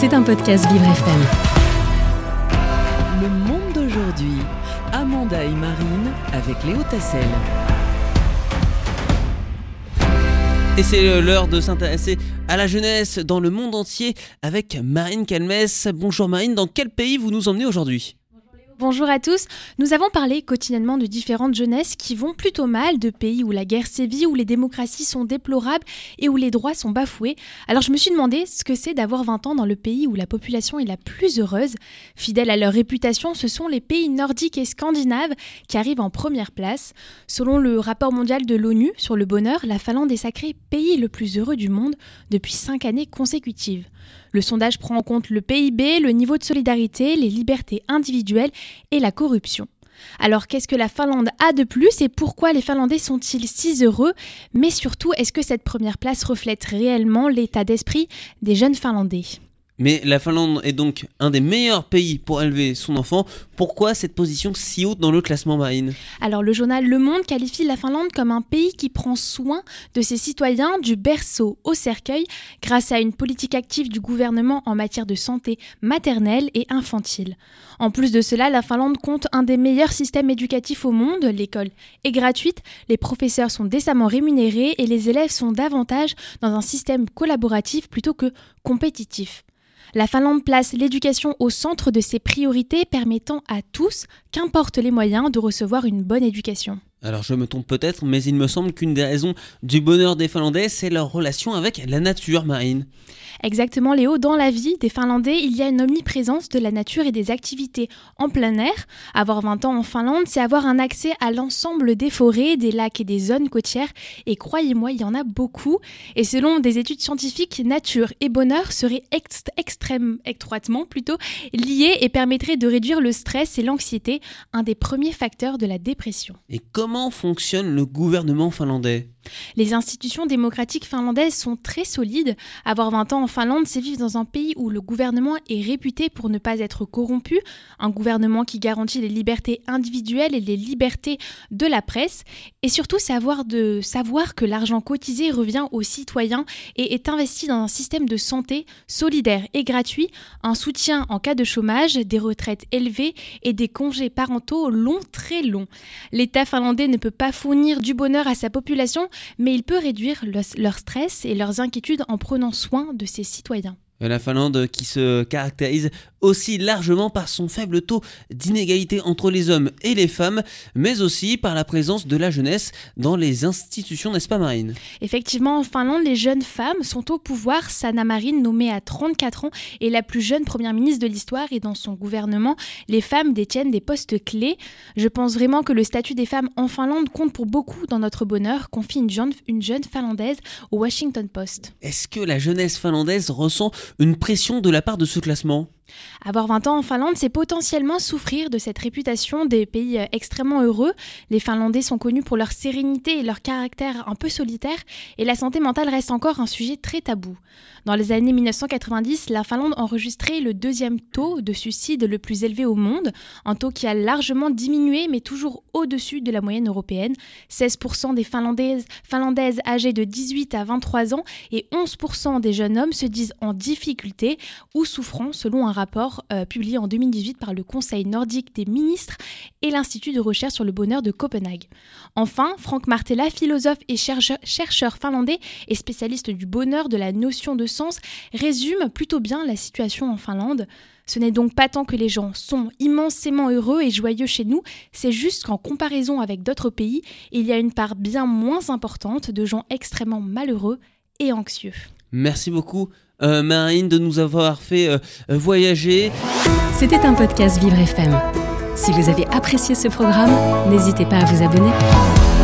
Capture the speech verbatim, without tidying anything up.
C'est un podcast Vivre F M. Le monde d'aujourd'hui. Amanda et Marine avec Léo Tassel. Et c'est l'heure de s'intéresser à la jeunesse dans le monde entier avec Marine Calmès. Bonjour Marine, dans quel pays vous nous emmenez aujourd'hui ? Bonjour à tous. Nous avons parlé quotidiennement de différentes jeunesses qui vont plutôt mal, de pays où la guerre sévit, où les démocraties sont déplorables et où les droits sont bafoués. Alors je me suis demandé ce que c'est d'avoir vingt ans dans le pays où la population est la plus heureuse. Fidèles à leur réputation, ce sont les pays nordiques et scandinaves qui arrivent en première place. Selon le rapport mondial de l'ONU sur le bonheur, la Finlande est sacrée pays le plus heureux du monde depuis cinq années consécutives. Le sondage prend en compte le P I B, le niveau de solidarité, les libertés individuelles et la corruption. Alors qu'est-ce que la Finlande a de plus et pourquoi les Finlandais sont-ils si heureux ? Mais surtout, est-ce que cette première place reflète réellement l'état d'esprit des jeunes Finlandais ? Mais la Finlande est donc un des meilleurs pays pour élever son enfant. Pourquoi cette position si haute dans le classement, Marine ? Alors le journal Le Monde qualifie la Finlande comme un pays qui prend soin de ses citoyens du berceau au cercueil grâce à une politique active du gouvernement en matière de santé maternelle et infantile. En plus de cela, la Finlande compte un des meilleurs systèmes éducatifs au monde. L'école est gratuite, les professeurs sont décemment rémunérés et les élèves sont davantage dans un système collaboratif plutôt que compétitif. La Finlande place l'éducation au centre de ses priorités, permettant à tous, qu'importe les moyens, de recevoir une bonne éducation. Alors je me trompe peut-être, mais il me semble qu'une des raisons du bonheur des Finlandais, c'est leur relation avec la nature, Marine. Exactement Léo, dans la vie des Finlandais, il y a une omniprésence de la nature et des activités en plein air. Avoir vingt ans en Finlande, c'est avoir un accès à l'ensemble des forêts, des lacs et des zones côtières. Et croyez-moi, il y en a beaucoup. Et selon des études scientifiques, nature et bonheur seraient ext- extrêmement, étroitement plutôt liés et permettraient de réduire le stress et l'anxiété, un des premiers facteurs de la dépression. Et comment fonctionne le gouvernement finlandais ? Les institutions démocratiques finlandaises sont très solides. Avoir vingt ans en Finlande, c'est vivre dans un pays où le gouvernement est réputé pour ne pas être corrompu, un gouvernement qui garantit les libertés individuelles et les libertés de la presse, et surtout savoir, de, savoir que l'argent cotisé revient aux citoyens et est investi dans un système de santé solidaire et gratuit, un soutien en cas de chômage, des retraites élevées et des congés parentaux longs, très longs. L'État finlandais ne peut pas fournir du bonheur à sa population, mais il peut réduire le, leur stress et leurs inquiétudes en prenant soin de ses citoyens. La Finlande qui se caractérise aussi largement par son faible taux d'inégalité entre les hommes et les femmes, mais aussi par la présence de la jeunesse dans les institutions, n'est-ce pas Marine ? Effectivement, en Finlande, les jeunes femmes sont au pouvoir. Sanna Marin, nommée à trente-quatre ans, est la plus jeune première ministre de l'histoire et dans son gouvernement, les femmes détiennent des postes clés. Je pense vraiment que le statut des femmes en Finlande compte pour beaucoup dans notre bonheur, confie une jeune, une jeune Finlandaise au Washington Post. Est-ce que la jeunesse finlandaise ressent une pression de la part de ce classement ? Avoir vingt ans en Finlande, c'est potentiellement souffrir de cette réputation des pays extrêmement heureux. Les Finlandais sont connus pour leur sérénité et leur caractère un peu solitaire, et la santé mentale reste encore un sujet très tabou. Dans les années dix-neuf cent quatre-vingt-dix, la Finlande enregistrait le deuxième taux de suicide le plus élevé au monde, un taux qui a largement diminué, mais toujours au-dessus de la moyenne européenne. seize pour cent des Finlandaises, Finlandaises âgées de dix-huit à vingt-trois ans et onze pour cent des jeunes hommes se disent en difficulté ou souffrant, selon un rapport euh, publié en deux mille dix-huit par le Conseil nordique des ministres et l'Institut de recherche sur le bonheur de Copenhague. Enfin, Frank Martela, philosophe et chercheur, chercheur finlandais et spécialiste du bonheur, de la notion de sens, résume plutôt bien la situation en Finlande. Ce n'est donc pas tant que les gens sont immensément heureux et joyeux chez nous, c'est juste qu'en comparaison avec d'autres pays, il y a une part bien moins importante de gens extrêmement malheureux et anxieux. Merci beaucoup euh, Marine de nous avoir fait euh, voyager. C'était un podcast Vivre F M. Si vous avez apprécié ce programme, n'hésitez pas à vous abonner.